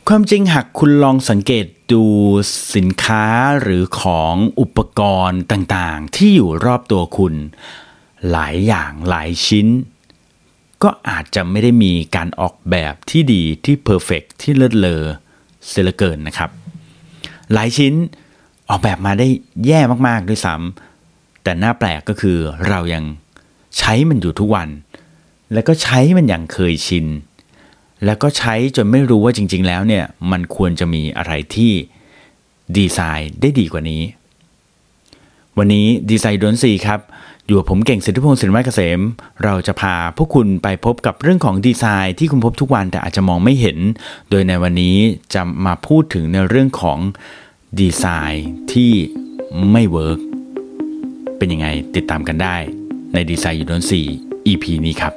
ความจริงหากคุณลองสังเกตดูสินค้าหรือของอุปกรณ์ต่างๆที่อยู่รอบตัวคุณหลายอย่างหลายชิ้นก็อาจจะไม่ได้มีการออกแบบที่ดีที่เพอร์เฟกต์ที่เลิศเลอเสียเหลือเกินนะครับหลายชิ้นออกแบบมาได้แย่มากๆด้วยซ้ำแต่น่าแปลกก็คือเรายังใช้มันอยู่ทุกวันแล้วก็ใช้มันอย่างเคยชินแล้วก็ใช้จนไม่รู้ว่าจริงๆแล้วเนี่ยมันควรจะมีอะไรที่ดีไซน์ได้ดีกว่านี้วันนี้ดีไซน์4ครับอยู่กับผมเก่งสิทธิพงศ์สิริวัฒน์เกษมเราจะพาพวกคุณไปพบกับเรื่องของดีไซน์ที่คุณพบทุกวันแต่อาจจะมองไม่เห็นโดยในวันนี้จะมาพูดถึงในเรื่องของดีไซน์ที่ไม่เวิร์กเป็นยังไงติดตามกันได้ในดีไซน์อยู่4 EP นี้ครับ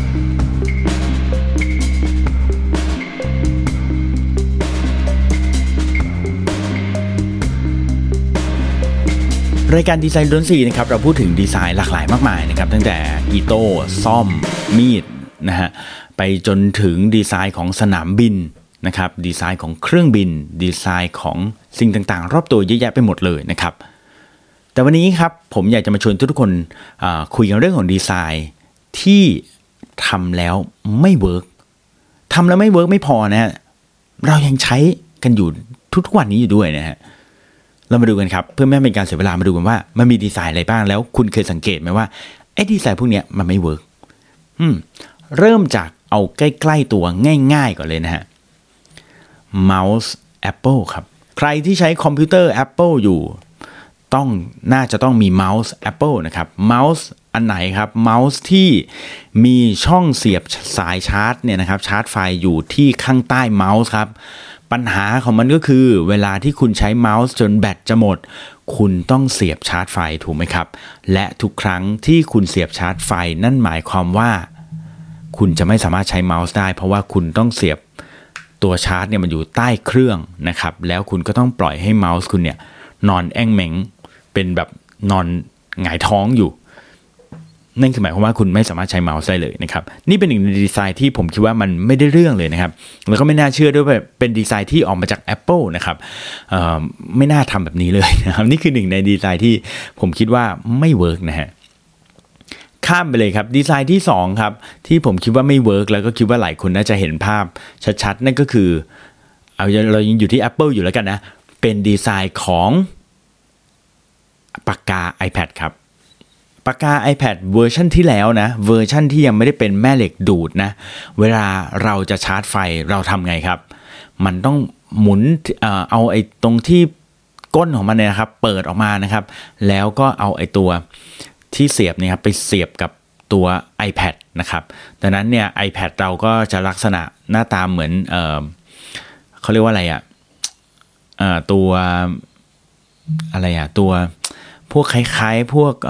รายการดีไซน์4นะครับเราพูดถึงดีไซน์หลากหลายมากมายนะครับตั้งแต่อีโต้ซ่อมมีดนะฮะไปจนถึงดีไซน์ของสนามบินนะครับดีไซน์ของเครื่องบินดีไซน์ของสิ่งต่างๆรอบตัวเยอะแยะไปหมดเลยนะครับแต่วันนี้ครับผมอยากจะมาชวนทุกคนคุยกันเรื่องของดีไซน์ที่ทำแล้วไม่เวิร์กทำแล้วไม่เวิร์กไม่พอนะฮะเรายังใช้กันอยู่ทุกวันนี้อยู่ด้วยนะฮะเรามาดูกันครับเพื่อไม่ให้เป็นการเสียเวลามาดูกันว่ามันมีดีไซน์อะไรบ้างแล้วคุณเคยสังเกตไหมว่าไอ้ดีไซน์พวกนี้มันไม่เวิร์กเริ่มจากเอาใกล้ๆตัวง่ายๆก่อนเลยนะฮะเมาส์ Apple ครับใครที่ใช้คอมพิวเตอร์ Apple อยู่น่าจะต้องมีเมาส์ Apple นะครับเมาส์อันไหนครับเมาส์ที่มีช่องเสียบสายชาร์จเนี่ยนะครับชาร์จไฟอยู่ที่ข้างใต้เมาส์ครับปัญหาของมันก็คือเวลาที่คุณใช้เมาส์จนแบตจะหมดคุณต้องเสียบชาร์จไฟถูกไหมครับและทุกครั้งที่คุณเสียบชาร์จไฟนั่นหมายความว่าคุณจะไม่สามารถใช้เมาส์ได้เพราะว่าคุณต้องเสียบตัวชาร์จเนี่ยมันอยู่ใต้เครื่องนะครับแล้วคุณก็ต้องปล่อยให้เมาส์คุณเนี่ยนอนแอ่งเหม็งเป็นแบบนอนหงายท้องอยู่นั่นคือหมายความว่าคุณไม่สามารถใช้เมาส์ได้เลยนะครับนี่เป็นหนึ่งในดีไซน์ที่ผมคิดว่ามันไม่ได้เรื่องเลยนะครับแล้วก็ไม่น่าเชื่อด้วยว่าเป็นดีไซน์ที่ออกมาจาก Apple นะครับไม่น่าทำแบบนี้เลยนะครับนี่คือหนึ่งในดีไซน์ที่ผมคิดว่าไม่เวิร์กนะฮะข้ามไปเลยครับดีไซน์ที่2ครับที่ผมคิดว่าไม่เวิร์กแล้วก็คิดว่าหลายคนน่าจะเห็นภาพชัดๆนั่นก็คือเรายังอยู่ที่ Apple อยู่แล้วกันนะเป็นดีไซน์ของปากกา iPad ครับปากกา iPad เวอร์ชันที่แล้วนะเวอร์ชันที่ยังไม่ได้เป็นแม่เหล็กดูดนะเวลาเราจะชาร์จไฟเราทำไงครับมันต้องหมุนเอาไอ้ตรงที่ก้นของมันเนี่ยนะครับเปิดออกมานะครับแล้วก็เอาไอ้ตัวที่เสียบเนี่ยครับไปเสียบกับตัว iPad นะครับดังนั้นเนี่ย iPad เราก็จะลักษณะหน้าตาเหมือนเขาเรียกว่าอะไรตัวอะไรตัวพวกคล้ายๆพวก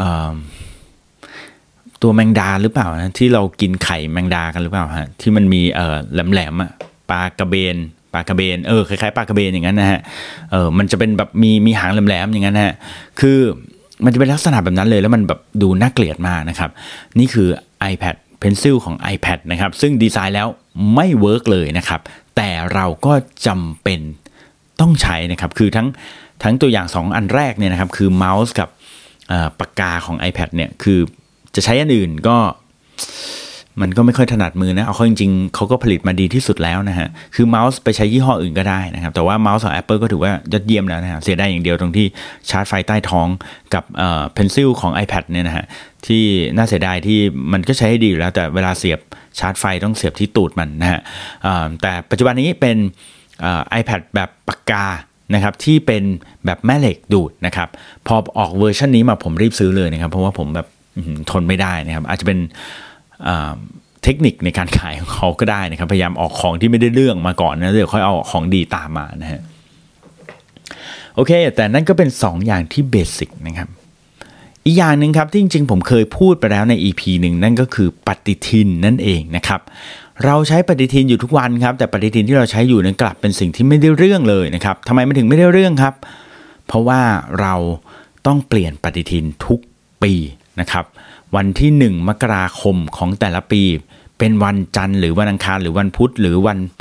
ตัวแมงดาหรือเปล่านะที่เรากินไข่แมงดากันหรือเปล่าฮะที่มันมีแหลมๆปลากระเบนคล้ายๆปลากระเบนอย่างนั้นนะฮะมันจะเป็นแบบมีหางแหลมๆอย่างนั้นนะฮะคือมันจะเป็นลักษณะแบบนั้นเลยแล้วมันแบบดูน่าเกลียดมากนะครับนี่คือ iPad Pencil ของ iPad นะครับซึ่งดีไซน์แล้วไม่เวิร์กเลยนะครับแต่เราก็จำเป็นต้องใช้นะครับคือทั้งตัวอย่าง2อันแรกเนี่ยนะครับคือเมาส์กับปากกาของ iPad เนี่ยคือจะใช้อันอื่นก็มันก็ไม่ค่อยถนัดมือนะเอาเข้าจริงๆเขาก็ผลิตมาดีที่สุดแล้วนะฮะคือเมาส์ไปใช้ยี่ห้ออื่นก็ได้นะครับแต่ว่าเมาส์ของ Apple ก็ถือว่ายอดเยี่ยมแล้วนะฮะเสียดายอย่างเดียวตรงที่ชาร์จไฟใต้ท้องกับPencil ของ iPad เนี่ยนะฮะที่น่าเสียดายที่มันก็ใช้ให้ดีอยู่แล้วแต่เวลาเสียบชาร์จไฟต้องเสียบที่ตูดมันนะฮะแต่ปัจจุบันนี้เป็นiPad แบบปากกานะครับที่เป็นแบบแม่เหล็กดูดนะครับพอออกเวอร์ชันนี้มาผมรีบซื้อเลยนะครับเพราะว่าผมแบบทนไม่ได้นะครับอาจจะเป็นเทคนิคในการขายของเขาก็ได้นะครับพยายามออกของที่ไม่ได้เรื่องมาก่อนนะเดี๋ยวค่อยเอาของดีตามมานะฮะโอเคแต่นั่นก็เป็น2อย่างที่เบสิกนะครับอีกอย่างนึงครับที่จริงๆผมเคยพูดไปแล้วใน EP นึงนั่นก็คือปฏิทินนั่นเองนะครับเราใช้ปฏิทินอยู่ทุกวันครับแต่ปฏิทินที่เราใช้อยู่นั้นกลับเป็นสิ่งที่ไม่ได้เรื่องเลยนะครับทำไมมันถึงไม่ได้เรื่องครับเพราะว่าเราต้องเปลี่ยนปฏิทินทุกปีนะครับวันที่1มกราคมของแต่ละปีเป็นวันจันทร์หรือวันอังคารหรือวันพุธหรือวันพ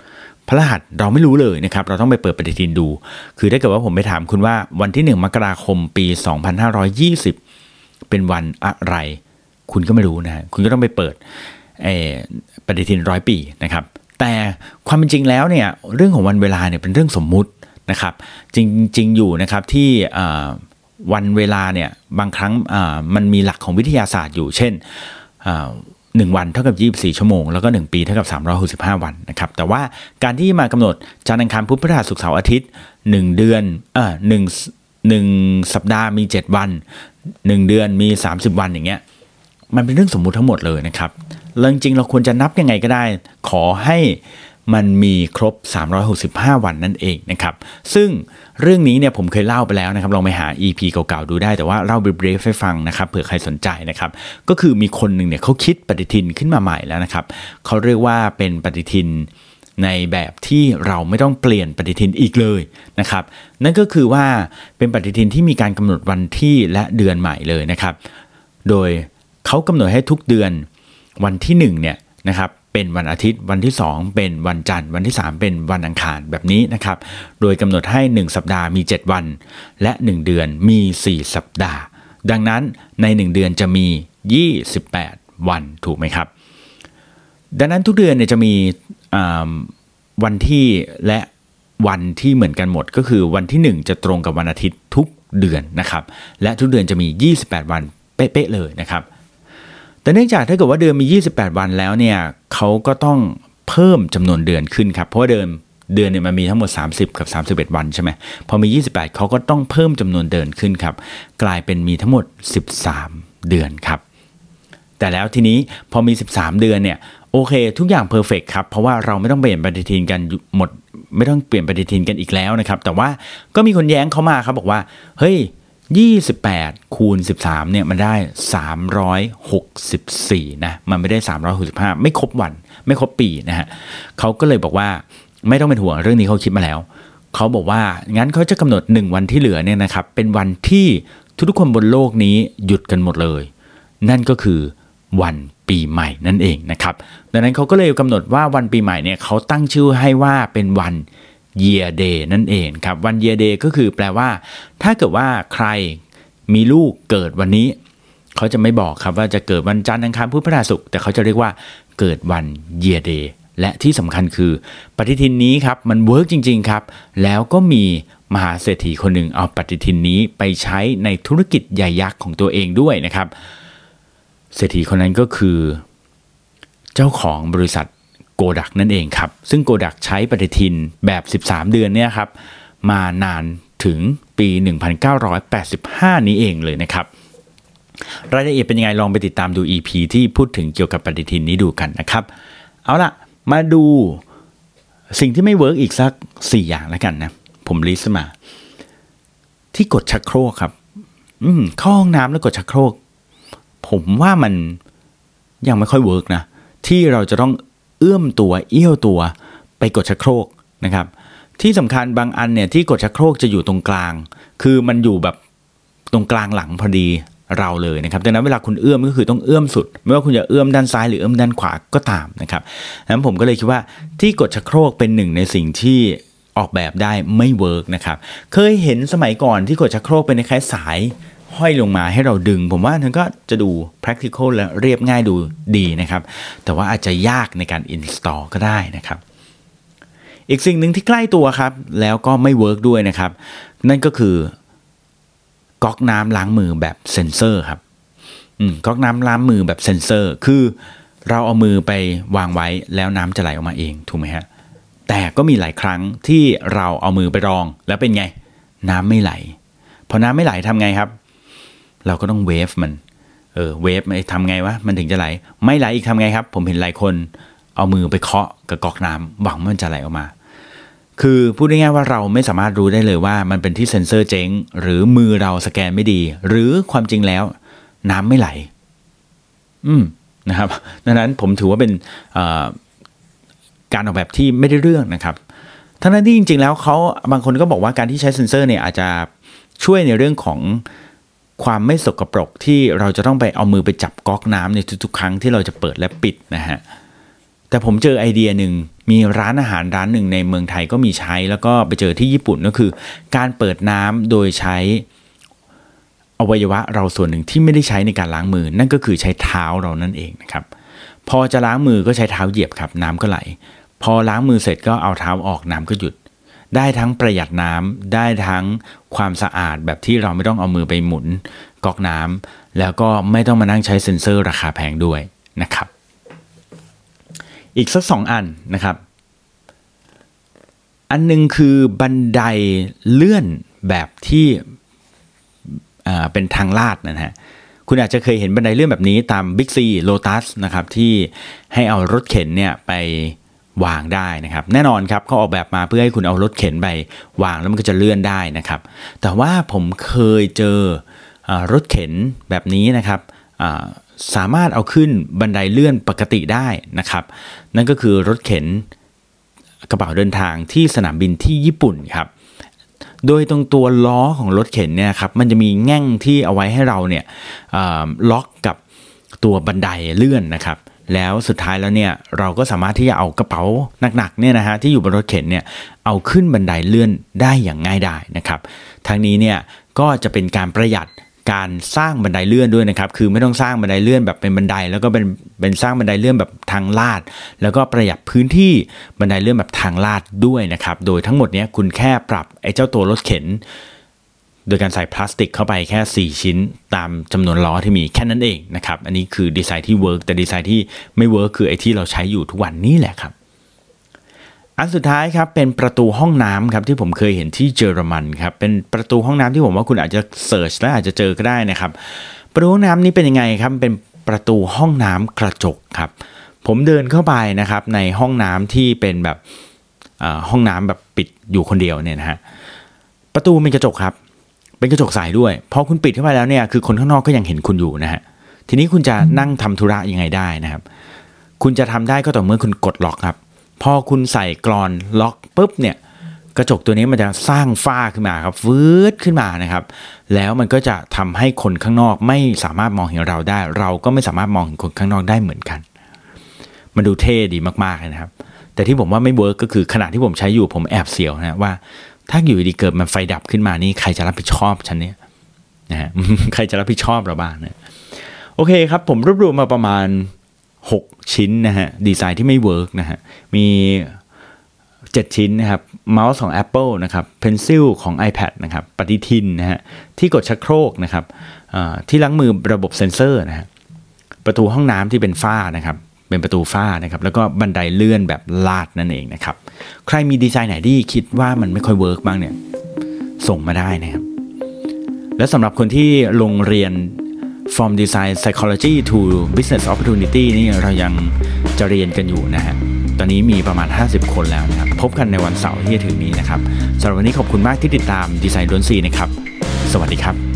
พฤหัสเราไม่รู้เลยนะครับเราต้องไปเปิดปฏิทินดูคือถ้าเกิดว่าผมไปถามคุณว่าวันที่1 มกราคมปี2520เป็นวันอะไรคุณก็ไม่รู้นะคุณก็ต้องไปเปิดปฏิทิน100 ปีนะครับแต่ความเป็นจริงแล้วเนี่ยเรื่องของวันเวลาเนี่ยเป็นเรื่องสมมุตินะครับจริงอยู่นะครับที่วันเวลาเนี่ยบางครั้งมันมีหลักของวิทยาศาสตร์อยู่เช่น1 วันเท่ากับ24 ชั่วโมงแล้วก็1 ปีเท่ากับ365 วันนะครับแต่ว่าการที่มากำหนดจันทร์อังคารพุธพฤหัสศุกร์เสาร์อาทิตย์1 เดือน1 สัปดาห์มี7 วัน1 เดือนมี30 วันอย่างเงี้ยมันเป็นเรื่องสมมุติทั้งหมดเลยนะครับจริงๆเราควรจะนับยังไงก็ได้ขอให้มันมีครบ365 วันนั่นเองนะครับซึ่งเรื่องนี้เนี่ยผมเคยเล่าไปแล้วนะครับลองไปหา EP เก่าๆดูได้แต่ว่าเล่าเบรฟให้ฟังนะครับเผื่อใครสนใจนะครับก็คือมีคนหนึ่งเนี่ยเขาคิดปฏิทินขึ้นมาใหม่แล้วนะครับเขาเรียกว่าเป็นปฏิทินในแบบที่เราไม่ต้องเปลี่ยนปฏิทินอีกเลยนะครับนั่นก็คือว่าเป็นปฏิทินที่มีการกำหนดวันที่และเดือนใหม่เลยนะครับโดยเขากำหนดให้ทุกเดือนวันที่1เนี่ยนะครับเป็นวันอาทิตย์วันที่2เป็นวันจันทร์วันที่3เป็นวันอังคารแบบนี้นะครับโดยกำหนดให้1 สัปดาห์มี7 วันและ1 เดือนมี4 สัปดาห์ดังนั้นใน1 เดือนจะมี28 วันถูกไหมครับดังนั้นทุกเดือนเนี่ยจะมีวันที่และวันที่เหมือนกันหมดก็คือวันที่1จะตรงกับวันอาทิตย์ทุกเดือนนะครับและทุกเดือนจะมี28 วันเป๊ะๆเลยนะครับแต่เนื่องจากถ้าเกิดว่าเดือนมี28 วันแล้วเนี่ยเขาก็ต้องเพิ่มจำนวนเดือนขึ้นครับเพราะว่าเดือนเนี่ยมันมีทั้งหมด30กับ31วันใช่ไหมพอมี28เขาก็ต้องเพิ่มจำนวนเดือนขึ้นครับกลายเป็นมีทั้งหมด13 เดือนครับแต่แล้วทีนี้พอมี13 เดือนเนี่ยโอเคทุกอย่างเพอร์เฟคครับเพราะว่าเราไม่ต้องเปลี่ยนปฏิทินกันหมดไม่ต้องเปลี่ยนปฏิทินกันอีกแล้วนะครับแต่ว่าก็มีคนแย้งเขามาครับบอกว่าเฮ้ย28คูณ13เนี่ยมันได้364นะมันไม่ได้365ไม่ครบวันไม่ครบปีนะฮะเขาก็เลยบอกว่าไม่ต้องเป็นห่วงเรื่องนี้เขาคิดมาแล้วเขาบอกว่างั้นเขาจะกำหนด1 วันที่เหลือเนี่ยนะครับเป็นวันที่ทุกคนบนโลกนี้หยุดกันหมดเลยนั่นก็คือวันปีใหม่นั่นเองนะครับดังนั้นเขาก็เลยกำหนดว่าวันปีใหม่เนี่ยเขาตั้งชื่อให้ว่าเป็นวัน Year Day นั่นเองครับวัน Year Day ก็คือแปลว่าถ้าเกิดว่าใครมีลูกเกิดวันนี้เขาจะไม่บอกครับว่าจะเกิดวันจันทร์อังคารพุธพฤหัสศุกร์แต่เขาจะเรียกว่าเกิดวัน Year Day และที่สำคัญคือปฏิทินนี้ครับมันเวิร์กจริงๆครับแล้วก็มีมหาเศรษฐีคนหนึ่งเอาปฏิทินนี้ไปใช้ในธุรกิจใหญ่ยักษ์ของตัวเองด้วยนะครับเศรษฐีคนนั้นก็คือเจ้าของบริษัทโกดักนั่นเองครับซึ่งโกดักใช้ปฏิทินแบบ13 เดือนเนี่ยครับมานานถึงปี1985นี้เองเลยนะครับรายละเอียดเป็นยังไงลองไปติดตามดู EP ที่พูดถึงเกี่ยวกับปฏิทินนี้ดูกันนะครับเอาล่ะมาดูสิ่งที่ไม่เวิร์กอีกสัก4 อย่างแล้วกันนะผมลิสต์มาที่กดชักโครกครับเข้าห้องน้ำแล้วกดชักโครกผมว่ามันยังไม่ค่อยเวิร์กนะที่เราจะต้องเอื้อมตัวเอี้ยวตัวไปกดชักโครกนะครับที่สำคัญบางอันเนี่ยที่กดชักโครกจะอยู่ตรงกลางคือมันอยู่แบบตรงกลางหลังพอดีเราเลยนะครับดังนั้นเวลาคุณเอื้อมก็คือต้องเอื้อมสุดไม่ว่าคุณจะเอื้อมด้านซ้ายหรือเอื้อมด้านขวาก็ตามนะครับดังนั้นผมก็เลยคิดว่าที่กดชักโครกเป็นหนึ่งในสิ่งที่ออกแบบได้ไม่เวิร์กนะครับเคยเห็นสมัยก่อนที่กดชักโครกเป็นคล้ายๆสายห้อยลงมาให้เราดึงผมว่ามันก็จะดู practical และเรียบง่ายดูดีนะครับแต่ว่าอาจจะยากในการ install ก็ได้นะครับอีกสิ่งหนึ่งที่ใกล้ตัวครับแล้วก็ไม่เวิร์กด้วยนะครับนั่นก็คือก๊อกน้ำล้างมือแบบเซ็นเซอร์ครับก๊อกน้ำล้างมือแบบเซ็นเซอร์คือเราเอามือไปวางไว้แล้วน้ำจะไหลออกมาเองถูกไหมฮะแต่ก็มีหลายครั้งที่เราเอามือไปรองแล้วเป็นไงน้ำไม่ไหลพอน้ำไม่ไหลทำไงครับเราก็ต้องเวฟมันเวฟมันทำไงวะมันถึงจะไหลไม่ไหลอีกทำไงครับผมเห็นหลายคนเอามือไปเคาะกับก๊อกน้ำหวังมันจะไหลออกมาคือพูดง่ายๆว่าเราไม่สามารถรู้ได้เลยว่ามันเป็นที่เซ็นเซอร์เจ๊งหรือมือเราสแกนไม่ดีหรือความจริงแล้วน้ำไม่ไหลนะครับดังนั้นผมถือว่าเป็นการออกแบบที่ไม่ได้เรื่องนะครับทั้งนั้นที่จริงๆแล้วเขาบางคนก็บอกว่าการที่ใช้เซ็นเซอร์เนี่ยอาจจะช่วยในเรื่องของความไม่สกปรกที่เราจะต้องไปเอามือไปจับก๊อกน้ำในทุกๆครั้งที่เราจะเปิดและปิดนะฮะแต่ผมเจอไอเดียหนึ่งมีร้านอาหารร้านหนึ่งในเมืองไทยก็มีใช้แล้วก็ไปเจอที่ญี่ปุ่นก็คือการเปิดน้ำโดยใช้อวัยวะเราส่วนหนึ่งที่ไม่ได้ใช้ในการล้างมือนั่นก็คือใช้เท้าเรานั่นเองนะครับพอจะล้างมือก็ใช้เท้าเหยียบครับน้ำก็ไหลพอล้างมือเสร็จก็เอาเท้าออกน้ำก็หยุดได้ทั้งประหยัดน้ำได้ทั้งความสะอาดแบบที่เราไม่ต้องเอามือไปหมุนก๊อกน้ำแล้วก็ไม่ต้องมานั่งใช้เซ็นเซอร์ราคาแพงด้วยนะครับอีกสัก2 อันนะครับอันนึงคือบันไดเลื่อนแบบที่เป็นทางลาดนะฮะคุณอาจจะเคยเห็นบันไดเลื่อนแบบนี้ตาม Big C Lotus นะครับที่ให้เอารถเข็นเนี่ยไปวางได้นะครับแน่นอนครับเขาออกแบบมาเพื่อให้คุณเอารถเข็นไปวางแล้วมันก็จะเลื่อนได้นะครับแต่ว่าผมเคยเจอรถเข็นแบบนี้นะครับสามารถเอาขึ้นบันไดเลื่อนปกติได้นะครับนั่นก็คือรถเข็นกระเป๋าเดินทางที่สนามบินที่ญี่ปุ่นครับโดยตรงตัวล้อของรถเข็นเนี่ยครับมันจะมีแง่งที่เอาไว้ให้เราเนี่ยล็อกกับตัวบันไดเลื่อนนะครับแล้วสุดท้ายแล้วเนี่ยเราก็สามารถที่จะเอากระเป๋าหนักๆเนี่ยนะฮะที่อยู่บนรถเข็นเนี่ยเอาขึ้นบันไดเลื่อนได้อย่างง่ายดายนะครับทั้งนี้เนี่ยก็จะเป็นการประหยัดการสร้างบันไดเลื่อนด้วยนะครับคือไม่ต้องสร้างบันไดเลื่อนแบบเป็นบันไดแล้วก็เป็นสร้างบันไดเลื่อนแบบทางลาดแล้วก็ประหยัดพื้นที่บันไดเลื่อนแบบทางลาดด้วยนะครับโดยทั้งหมดนี้คุณแค่ปรับไอ้เจ้าตัวรถเข็นโดยการใส่พลาสติกเข้าไปแค่4ชิ้นตามจำนวนล้อที่มีแค่นั้นเองนะครับอันนี้คือดีไซน์ที่เวิร์กแต่ดีไซน์ที่ไม่เวิร์กคือไอ้ที่เราใช้อยู่ทุกวันนี้แหละครับอันสุดท้ายครับเป็นประตูห้องน้ำครับที่ผมเคยเห็นที่เยอรมันครับเป็นประตูห้องน้ำที่ผมว่าคุณอาจจะเสิร์ชและอาจจะเจอก็ได้นะครับประตูห้องน้ำนี้เป็นยังไงครับเป็นประตูห้องน้ำกระจกครับผมเดินเข้าไปนะครับในห้องน้ำที่เป็นแบบห้องน้ำแบบปิดอยู่คนเดียวเนี่ยนะฮะประตูเป็นกระจกครับเป็นกระจกใสด้วยพอคุณปิดเข้าไปแล้วเนี่ยคือคนข้างนอกก็ยังเห็นคุณอยู่นะฮะทีนี้คุณจะนั่งทำธุระยังไงได้นะครับคุณจะทำได้ก็ต่อเมื่อคุณกดล็อกครับพอคุณใส่กลอนล็อกปุ๊บเนี่ยกระจกตัวนี้มันจะสร้างฝ้าขึ้นมาครับวืดขึ้นมานะครับแล้วมันก็จะทำให้คนข้างนอกไม่สามารถมองเห็นเราได้เราก็ไม่สามารถมองเห็นคนข้างนอกได้เหมือนกันมันดูเท่ดีมากๆเลยนะครับแต่ที่ผมว่าไม่เวิร์กก็คือขณะที่ผมใช้อยู่ผมแอบเสียวนะว่าถ้าอยู่ดีเกิดมันไฟดับขึ้นมานี่ใครจะรับผิดชอบฉันเนี่ยนะฮะ ใครจะรับผิดชอบเราบ้างนะโอเคครับผมรวบรวมมาประมาณ6 ชิ้นนะฮะดีไซน์ที่ไม่เวิร์กนะฮะมี7 ชิ้นนะครับเมาส์ของ Apple นะครับเพนซิลของ iPad นะครับปฏิทินนะฮะที่กดชักโครกนะครับที่ล้างมือระบบเซ็นเซอร์นะฮะประตูห้องน้ำที่เป็นฝ้านะครับเป็นประตูฝ้านะครับแล้วก็บันไดเลื่อนแบบลาดนั่นเองนะครับใครมีดีไซน์ไหนที่คิดว่ามันไม่ค่อยเวิร์กบ้างเนี่ยส่งมาได้นะครับและสำหรับคนที่ลงเรียน From Design Psychology to Business Opportunity นี่เรายังจะเรียนกันอยู่นะฮะตอนนี้มีประมาณ50 คนแล้วนะครับพบกันในวันเสาร์ที่จะถึงนี้นะครับสำหรับวันนี้ขอบคุณมากที่ติดตาม Design ล้วนซีนะครับสวัสดีครับ